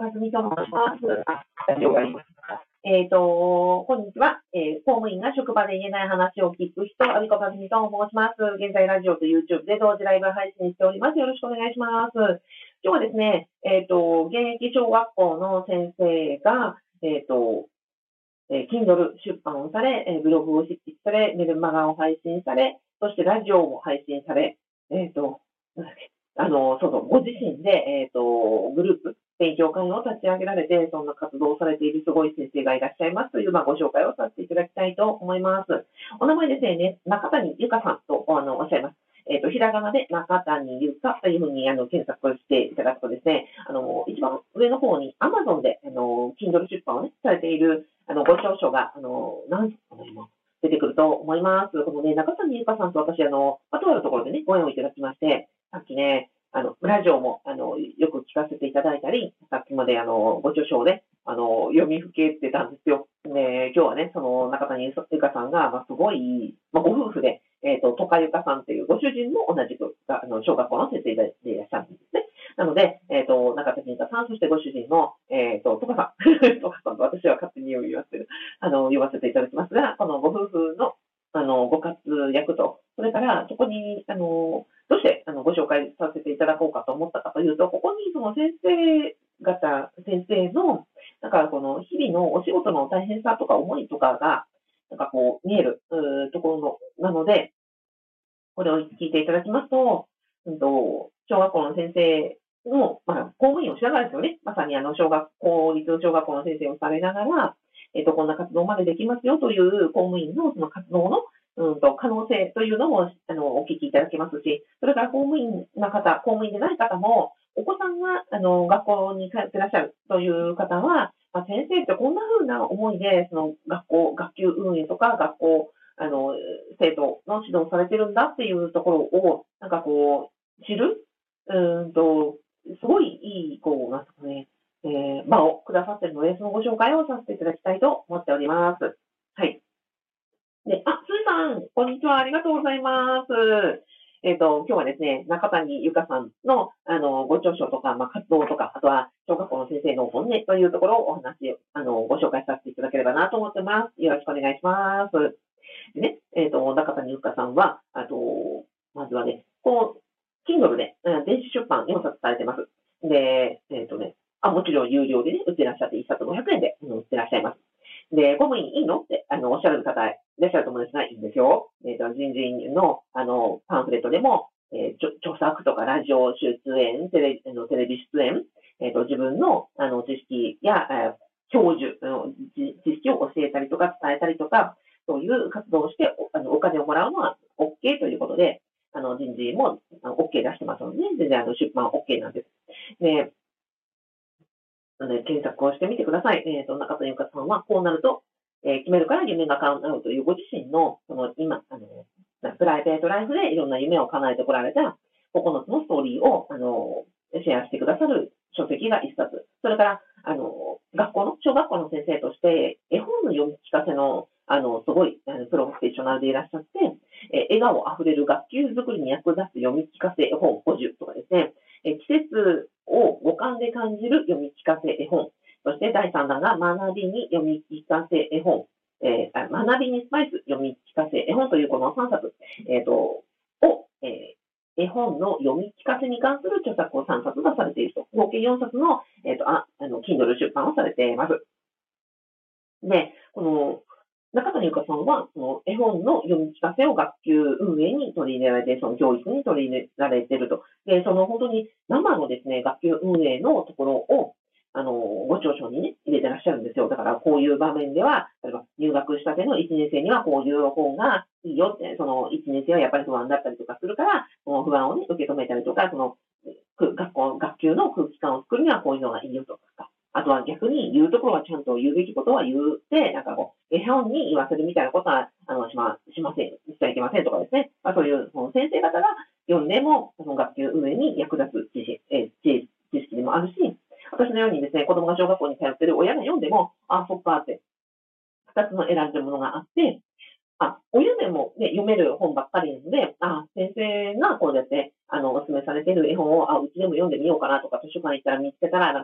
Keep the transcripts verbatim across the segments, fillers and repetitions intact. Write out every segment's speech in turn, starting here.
かすみと申します。あ、大丈夫ありますか。えっ、と、こんにちは、えー公務員が職場で言えない話を聞く人、アビコかすみと申します。現在、ラジオと YouTube で同時ライブ配信しております。よろしくお願いします。今日はですね、えっ、と、現役小学校の先生が、えっ、と、えー Kindle 出版をされ、えーブログを執筆され、メルマガを配信され、そしてラジオも配信され、えっ、と、なんだっけ、あの、そうそう、ご自身で、えっ、と、グループ、勉強会を立ち上げられて、そんな活動をされているすごい先生がいらっしゃいますという、まあ、ご紹介をさせていただきたいと思います。お名前ですね、中谷由香さんとあのおっしゃいます。えっ、と、ひらがなで中谷由香というふうにあの検索していただくとですね、あの、一番上の方に Amazon で、あの、Kindle 出版をね、されている、あの、ご著書が、あの、何ですかね、今出てくると思います。このね、中谷由香さんと私、あの、まあとあるところでね、ご縁をいただきまして、さっきね、あの、ラジオも、あの、よく聞かせていただいたり、さっきまで、あの、ご著書をね、あの、読みふけてたんですよ。で、今日はね、その中谷由香さんが、まあ、すごい、まあ、ご夫婦で、えっ、と、とかゆかさんっていうご主人も同じく、あの、小学校の先生でいらっしゃるんですね。なので、えっ、と、中谷由香さん、そしてご主人の、えっ、と、とかさん、とかさんと私は勝手に言わせて、あの、言わせていただきますが、このご夫婦の、あの、ご活躍と、それから、そこに、あの、どうして、あの、ご紹介させていただこうかと思ったかというと、ここに、その先生方、先生の、なんか、この、日々のお仕事の大変さとか思いとかが、なんかこう、見える、うーところの、なので、これを聞いていただきますと、うんと、小学校の先生の、まあ、公務員をしながらですよね。まさにあの、小学公立小学校の先生をされながら、えっと、こんな活動までできますよという公務員のその活動の、うんと、可能性というのも、あの、お聞きいただけますし、それから公務員な方、公務員でない方も、お子さんが、あの、学校に通ってらっしゃるという方は、まあ、先生ってこんな風な思いで、その学校、学級運営とか学校あの、生徒の指導されてるんだっていうところを、なんかこう、知る、うーんと、すごいいい、こう、なんですかね、えー、場をくださってるので、そのご紹介をさせていただきたいと思っております。はい。で、あ、すーさん、こんにちは。ありがとうございます。えっ、と、今日はですね、中谷由香さんの、あの、ご著書とか、まあ、活動とか、あとは、小学校の先生の本音というところをお話、あの、ご紹介させていただければなと思ってます。よろしくお願いします。でね、えっ、と、中谷由香さんは、あと、まずはね、こう、Kindle で、うん電子出版よんさつされてます。で、えっ、とね、あ、もちろん有料でね、売ってらっしゃって、いっさつごひゃくえんで、うん売ってらっしゃいます。で、公務員いいのって、あの、おっしゃる方いらっしゃると思うんですが、いいんですよ。えっ、と、人事の、あの、パンフレットでも、えーちょ著作とかラジオ出演、テレあのテレビ出演、えっ、と、自分の、あの、知識や、えー教授の知知識を教えたりとか伝えたりとか、そういう活動をして、おあのお金をもらうのは OK ということで、あの人事もあの OK 出してますので、ね、全然あの出版 OK なんです。で、なので検索をしてみてください。えー、と中田由香さんはこうなると、えー決めるから夢が叶うというご自身の、その今、あの、プライベートライフでいろんな夢を叶えてこられたここのつのストーリーを、あの、シェアしてくださる書籍がいっさつ。それから、あの、学校の、小学校の先生として、絵本の読み聞かせの、あの、すごい、あのプロフェッショナルでいらっしゃって、えー笑顔あふれる学級づくりに役立つ読み聞かせ絵本ごじゅうとかですね、え季節を五感で感じる読み聞かせ絵本。そしてだいさんだんが学びに読み聞かせ絵本。えー学びにスパイス読み聞かせ絵本というこのさんさつ、えっ、と、を、えー絵本の読み聞かせに関する著作をさんさつ出されていると。合計よんさつの、えっ、と、あ、あの、Kindle 出版をされています。で、この、中谷由香さんは、その絵本の読み聞かせを学級運営に取り入れられて、その教育に取り入れられていると。で、その本当に生のですね、学級運営のところを、あの、ご著書にね、入れてらっしゃるんですよ。だから、こういう場面では、例えば入学したてのいちねん生にはこういう方がいいよって、そのいちねん生はやっぱり不安だったりとかするから、その不安をね、受け止めたりとか、その、く学校、学級の空気感を作るにはこういうのがいいよとか、あとは逆に言うところはちゃんと言うべきことは言って、なんかこう、絵本に言わせるみたいなことは、あの、しま、しません、しちゃいけませんとかですね。まあそういう、その先生方が読んでも、その学級運営に役立つ知識、えー知知識でもあるし、私のようにですね、子供が小学校に通ってる親が読んでも、あ、そっかって、二つの選んでるものがあって、あ、親でもね、読める本ばっかりなので、あ、先生がこうやって、あの、お勧めされている絵本を、あ、うちでも読んでみようかなとか、図書館行ったら見つけたら、なんか、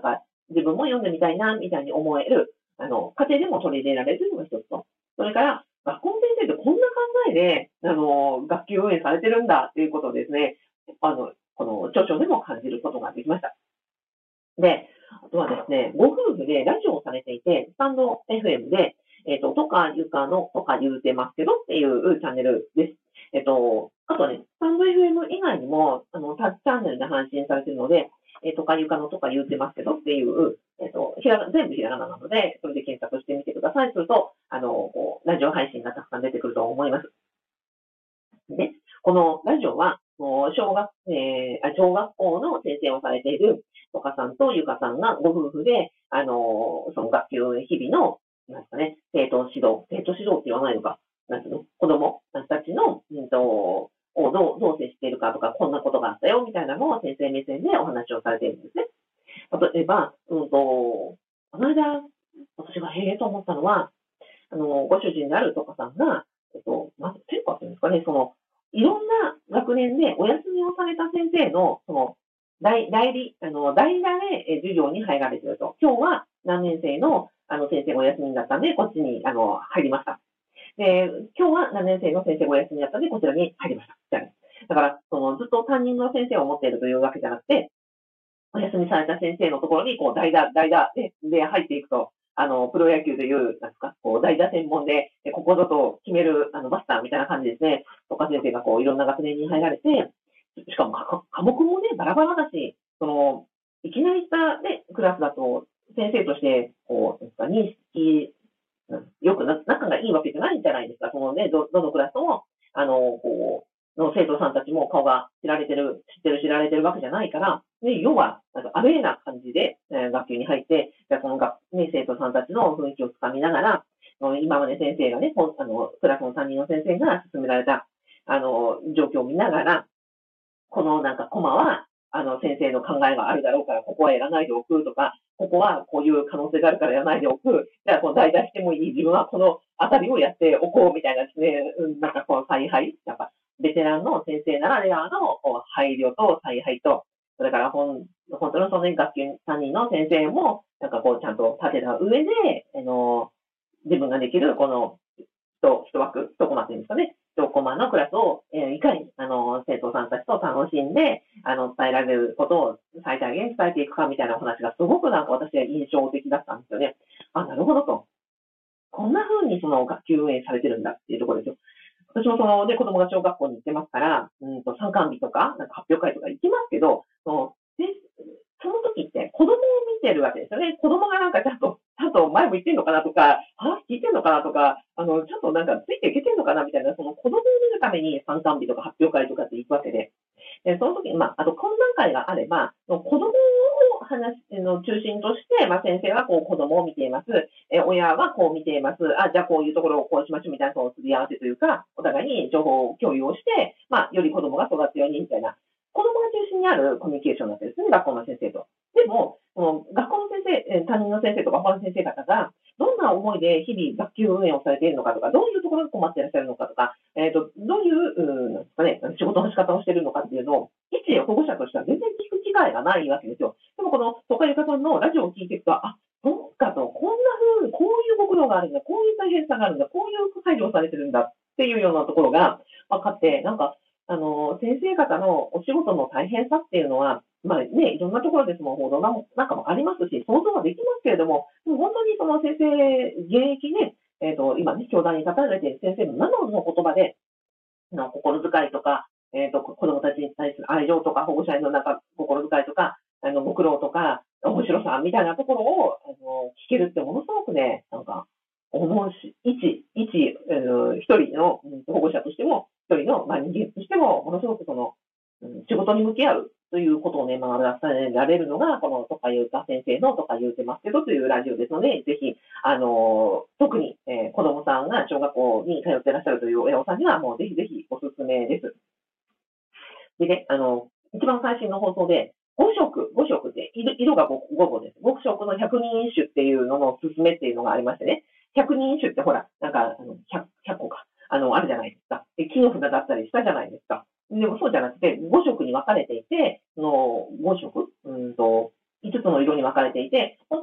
自分も読んでみたいな、みたいに思える、あの、家庭でも取り入れられるのが一つと。それから、学校の先生ってこんな考えで、あの、学級運営されてるんだっていうことをですね、あの、この著書でも感じることができました。で、あとはですね、ご夫婦でラジオをされていて、スタンド エフエム で、えっ、と、とかゆかのとか言うてますけどっていうチャンネルです。えっ、と、あとね、スタンド エフエム 以外にも、あの、タッチチャンネルで配信されているので、えっ、とかゆかのとか言うてますけどっていう、えっ、と、ひらが全部ひらがななので、それで検索してみてください。すると、あの、こうラジオ配信がたくさん出てくると思います。で、このラジオは、もう小学、えーあ小学校の先生をされているとかさんとゆかさんがご夫婦で、あのーその学級日々の、なんですかね、生徒指導、生徒指導って言わないのか、なんていうの、子供たちの、うんと、をどう、どう接しているかとか、こんなことがあったよ、みたいなのを先生目線でお話をされているんですね。例えば、うんと、この間、私がへえと思ったのは、あの、ご主人であるとかさんが、えっと、まず、テンパっていうんですかね、その、いろんな学年でお休みをされた先生の、その、代代理、あの、代打でえ授業に入られていると。今日は何年生の、あの、先生がお休みになったんで、こっちに、あの、入りました。で、今日は何年生の先生がお休みだったんで、こちらに入りました。みたいな。だから、その、ずっと担任の先生を持っているというわけじゃなくて、お休みされた先生のところに、こう、代打、代打で、で入っていくと、あの、プロ野球でいう、なんですか、こう、代打専門で、でここぞと決める、あの、バスターみたいな感じですね。とか先生がこう、いろんな学年に入られて、しかもか科目もね、バラバラだし、その、いきなりしたね、クラスだと、先生として、こう、なんですか、認識、うんよくな仲がいいわけじゃないじゃないですか。そのね、ど、どのクラスとも、あの、こう、の生徒さんたちも顔が知られてる、知ってる知られてるわけじゃないから、ね、要は、なんかアウェーな感じで、えー学級に入って、じゃあその学、ね、生徒さんたちの雰囲気をつかみながら、あの今まで先生がね、ほんあの、クラスの担任の先生が進められた、あの、状況を見ながら、このなんかコマは、あの先生の考えがあるだろうから、ここはやらないでおくとか、ここはこういう可能性があるからやらないでおく。じゃあ、こう代打してもいい。自分はこのあたりをやっておこうみたいなですね、うんなんかこの采配、やっぱ、ベテランの先生ならではのこう配慮と采配と、それから本本当のその学級担任の先生も、なんかこうちゃんと立てた上で、あの、自分ができるこの一一枠、一コマっていうんですかね、一コマのクラスを、えーいかに、あの、生徒さんたちと楽しんで、あの、伝えられることを最大限伝えていくかみたいなお話がすごくなんか私は印象的だったんですよね。あ、なるほどと。こんな風にその学級運営されてるんだっていうところですよ。私もその、で、子供が小学校に行ってますから、うんと、参観日とか、なんか発表会とか行きますけど、その、でその時って子供を見てるわけですよね。子供がなんかちゃんと、ちゃんと前向いてんのかなとか、話聞いてんのかなとか、あの、ちゃんとなんかついていけてんのかなみたいな、その子供を見るために参観日とか発表会とかって行くわけで、で、その時に、まあ、あと懇談会があれば、子供を話の中心として、まあ、先生はこう子供を見ています。え、親はこう見ています。あ、じゃあこういうところをこうしましょうみたいな、そのすり合わせというか、お互いに情報共有をして、まあ、より子供が育つようにみたいな、子供が中心にあるコミュニケーションなんですね、学校の先生と。でも、その学校の先生、え担任の先生とか他の先生方が、どんな思いで日々学級運営をされているのかとか、どういうところに困っていらっしゃるのかとか、えっ、と、どういう、うんなんですかね、仕事の仕方をしているのかっていうのを、一保護者としては全然聞く機会がないわけですよ。でもこの、とかゆかさんのラジオを聞いていくと、あ、そうかと、こんな風に、こういうご苦労があるんだ、こういう大変さがあるんだ、こういう配慮をされてるんだっていうようなところが分かって、なんか、あの、先生方のお仕事の大変さっていうのは、まあね、いろんなところでその報道なんかもありますし、想像はできますけれども、でも本当にその先生、現役ね、えっ、と、今ね、教壇に立たれている先生の生の言葉で、の心遣いとか、えっ、と、子供たちに対する愛情とか、保護者へのなんか心遣いとか、あの、ご苦労とか、面白さみたいなところを、あの、聞けるってものすごくね、なんか、思うし、一、一、あの一人のうん保護者としても、一人の、まあ、人間としても、ものすごくその、うん仕事に向き合うということをね、学ばせられるのが、この、とかゆうた先生のとか言うてますけどというラジオですので、ぜひ、あの、特に、えー子供さんが小学校に通ってらっしゃるという親御さんには、もうぜひぜひおすすめです。でね、あの、一番最新の放送で、ご色、ご色で、色色が ご, ごこです。ご色のひゃくにん一首っていうののおすすめっていうのがありましてね。ひゃくにん一首ってほら、なんか、あの ひゃく, ひゃっこか。あの、あるじゃないですか。で木の札だったりしたじゃないですか。でもそうじゃなくて、ご色に分かれていて、そのご色、うんと、いつつの色に分かれていて、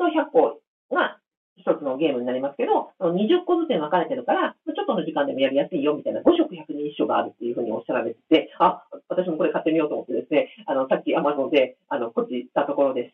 とひゃっこが一つのゲームになりますけど、そのにじゅっこずつに分かれてるから、ちょっとの時間でもやりやすいよみたいな、ご色ひゃくにん一首があるっていうふうにおっしゃられてて、あ、私もこれ買ってみようと思ってですね、あの、さっき Amazon で、あの、ポチったところでした。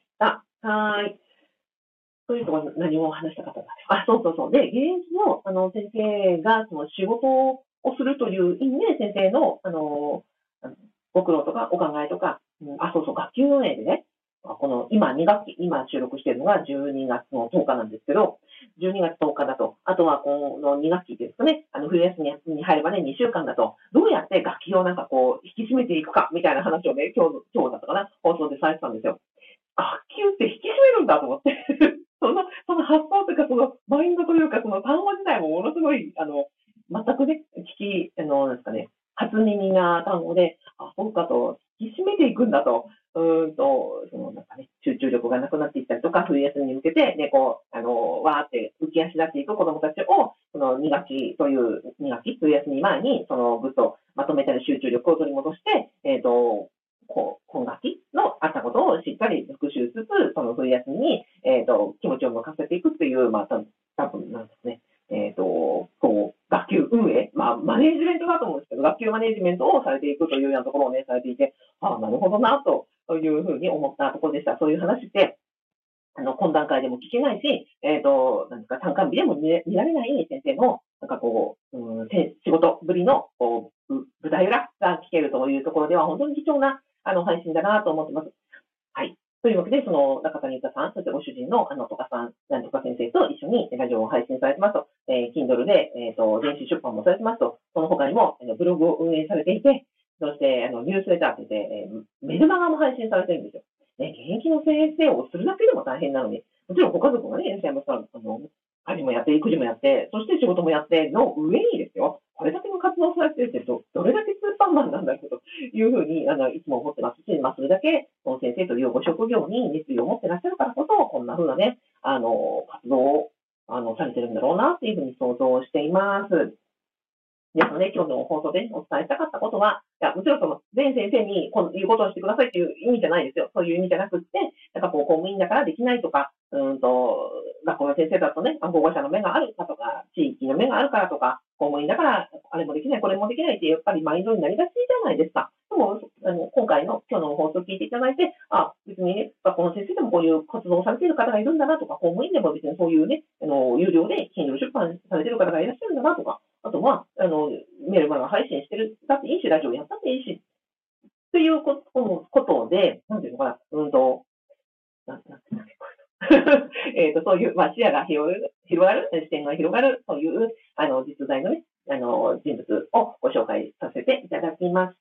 はーい。そういうところ何を話したかったんだ。あ、そうそうそう。で、現役の、あの、先生が、その仕事をするという意味で、先生の、あの、あのご苦労とかお考えとか、うん、あ、そうそう、学級運営でね、あこの今に学期、今収録しているのがじゅうにがつのとおかなんですけど、じゅうにがつとおかだと、あとはこのに学期ですかね、あの冬休みに入るまでにしゅうかんだと、どうやって学級をなんかこう、引き締めていくかみたいな話をね、今日、今日だったかな、放送でされてたんですよ。学級って引き締めるんだと思って。その、その発想というか、そのマインドというか、その単語自体もものすごい、あの、全くね、聞き、あの、なんですかね、初耳な単語で、あ、そうかと、引き締めていくんだと、うーんと、そのなんかね、集中力がなくなっていったりとか、冬休みに向けて、ね、こう、あの、わーって浮き足立っていく子供たちを、そのに学期というに学期、冬休み前に、そのぐっとまとめたり集中力を取り戻して、えっ、と、こう、今学期のあったことをしっかり復習しつつ、その冬休みに、えっ、と、気持ちを向かせていくっていう、まあ、た多分なんですね。えっ、と、こう、学級運営、まあ、マネージメントだと思うんですけど、学級マネージメントをされていくというようなところをね、されていて、ああ、なるほどな、というふうに思ったところでした。そういう話って、あの、懇談会でも聞けないし、えっ、と、なんですか、参観日でも見れ見られない先生の、なんかこう、うん、せ仕事ぶりの、こう、ぶ舞台裏が聞けるというところでは、本当に貴重な、あの、配信だなと思ってます。はい。というわけで、その中谷由香さん、そしてご主人のあの、とかさん、なんとか先生と一緒にラジオを配信されてますと、えー、Kindle で、えっ、と、電子出版もされてますと、その他にも、あのブログを運営されていて、そして、あの、ニュースレターって言って、えーメルマガも配信されてるんですよ。ね、現役の先生をするだけでも大変なのに、もちろんご家族がね、いらっしゃいますから、あの、家事もやって、育児もやって、そして仕事もやっての上にですよ、これだけの活動をされてるってど、どれだけスーパーマンなんだろうというふうに、あの、いつも思ってますし、まあ、それだけ、その先生というご職業に熱意を持ってらっしゃるからこそ、こんなふうなね、あの、活動を、あの、されてるんだろうな、っていうふうに想像しています。ですので、今日の放送でお伝えしたかったことは、いや、もちろんその、全先生にこういうことをしてくださいっていう意味じゃないですよ。そういう意味じゃなくって、なんかこう、公務員だからできないとか、うんと、学校の先生だとね、保護者の目があるかとか、地域の目があるからとか、公務員だから、あれもできない、これもできないって、やっぱりマインドになりがちじゃないですか。でも、あの今回の今日の放送を聞いていただいて、あ、別にね、学校の先生でもこういう活動をされている方がいるんだなとか、公務員でも別にそういうね、あの、有料で金融出版されている方がいらっしゃるんだなとか、あとは、あの、メルマガ配信してる、だっていいし、ラジオやったっていいし、っていうことことで、なんていうのかな、うんと、なんなんていうんだっけ、これえっと、そういう、まあ、視野が広がる、広がる、視点が広がる、そういう、あの、実在のね、あの、人物をご紹介させていただきました。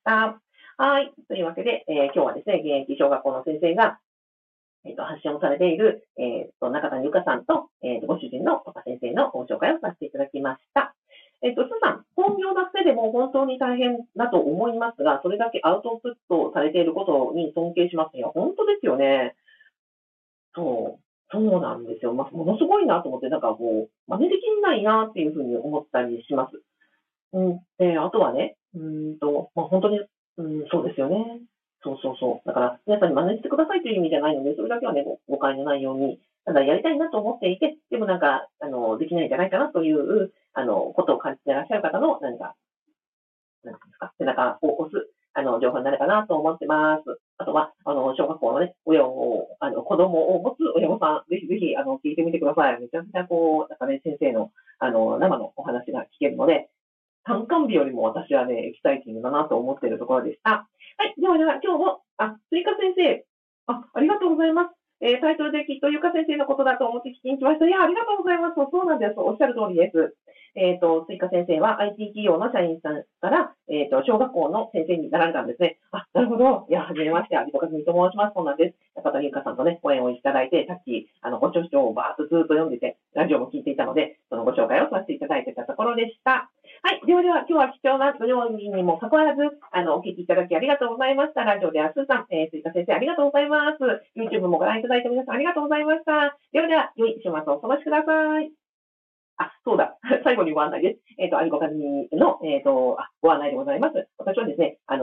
はい。というわけで、えー今日はですね、現役小学校の先生が、えっと、発信をされている、えっと、中谷由香さんと、えっと、ご主人の岡先生のご紹介をさせていただきました。えっと、すーさん、本業だけでも本当に大変だと思いますが、それだけアウトプットされていることに尊敬します。いや、本当ですよね。そう。そうなんですよ。まあ、ものすごいなと思って、なんかこう、真似できないなっていうふうに思ったりします。うん。で、あとはね、うーんと、まあ、本当に、うん、そうですよね。そうそうそう。だから、皆さんに真似してくださいという意味じゃないので、それだけはね、ご誤解のないように、ただやりたいなと思っていて、でもなんか、あの、できないんじゃないかなという、あの、ことを感じていらっしゃる方の、何か、なんていうんですか、背中を押す、あの、情報になればなと思ってます。あとは、あの、小学校のね、親を、あの、子供を持つ親御さん、ぜひぜひ、あの、聞いてみてください。めちゃくちゃこう、なんかね、先生の、あの、生のお話が聞けるので、参観日よりも私はね、エキサイティングだなと思っているところでした。はい。ではでは、今日も、あ、追加先生、あ、ありがとうございます。えータイトルできっとゆか先生のことだと思って聞きに来ました。いや、ありがとうございます。そうなんです。おっしゃる通りです。えっ、と、追加先生は アイティー 企業の社員さんから、えっ、と、小学校の先生になられたんですね。あ、なるほど。いや、はじめまして、有戸かずみと申します。そうなんです。中田優香さんとね、ご縁をいただいて、さっき、あの、ご著書をバーっとずっと読んでて、ラジオも聞いていたので、そのご紹介をさせていただいてたところでした。はい。ではでは、今日は貴重な土曜日にもかかわらず、あの、お聞きいただきありがとうございました。ラジオでは、スーさん、えー、追加先生ありがとうございます。YouTube もご覧いただいた皆さんありがとうございました。ではでは、良い週末をお過ごしください。あ、そうだ。最後にご案内です。えっ、と、アリコカズミの、えっ、と、あ、ご案内でございます。私はですね、あの、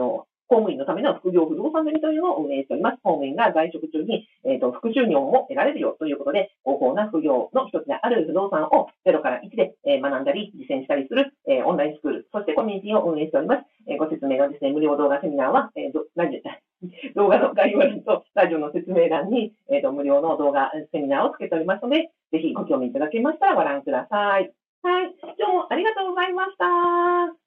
公務員のための副業不動産組というのを運営しております。公務員が在職中に、えーと、副収入も得られるよということで、合法な副業の一つである不動産をゼロからいちで、えー、学んだり実践したりする、えー、オンラインスクール、そしてコミュニティを運営しております。えー、ご説明がですね、無料動画セミナーは、えー、ラジオ動画の概要欄とラジオの説明欄に、えーと、無料の動画セミナーをつけておりますので、ぜひご興味いただけましたらご覧ください。はい。今日もありがとうございました。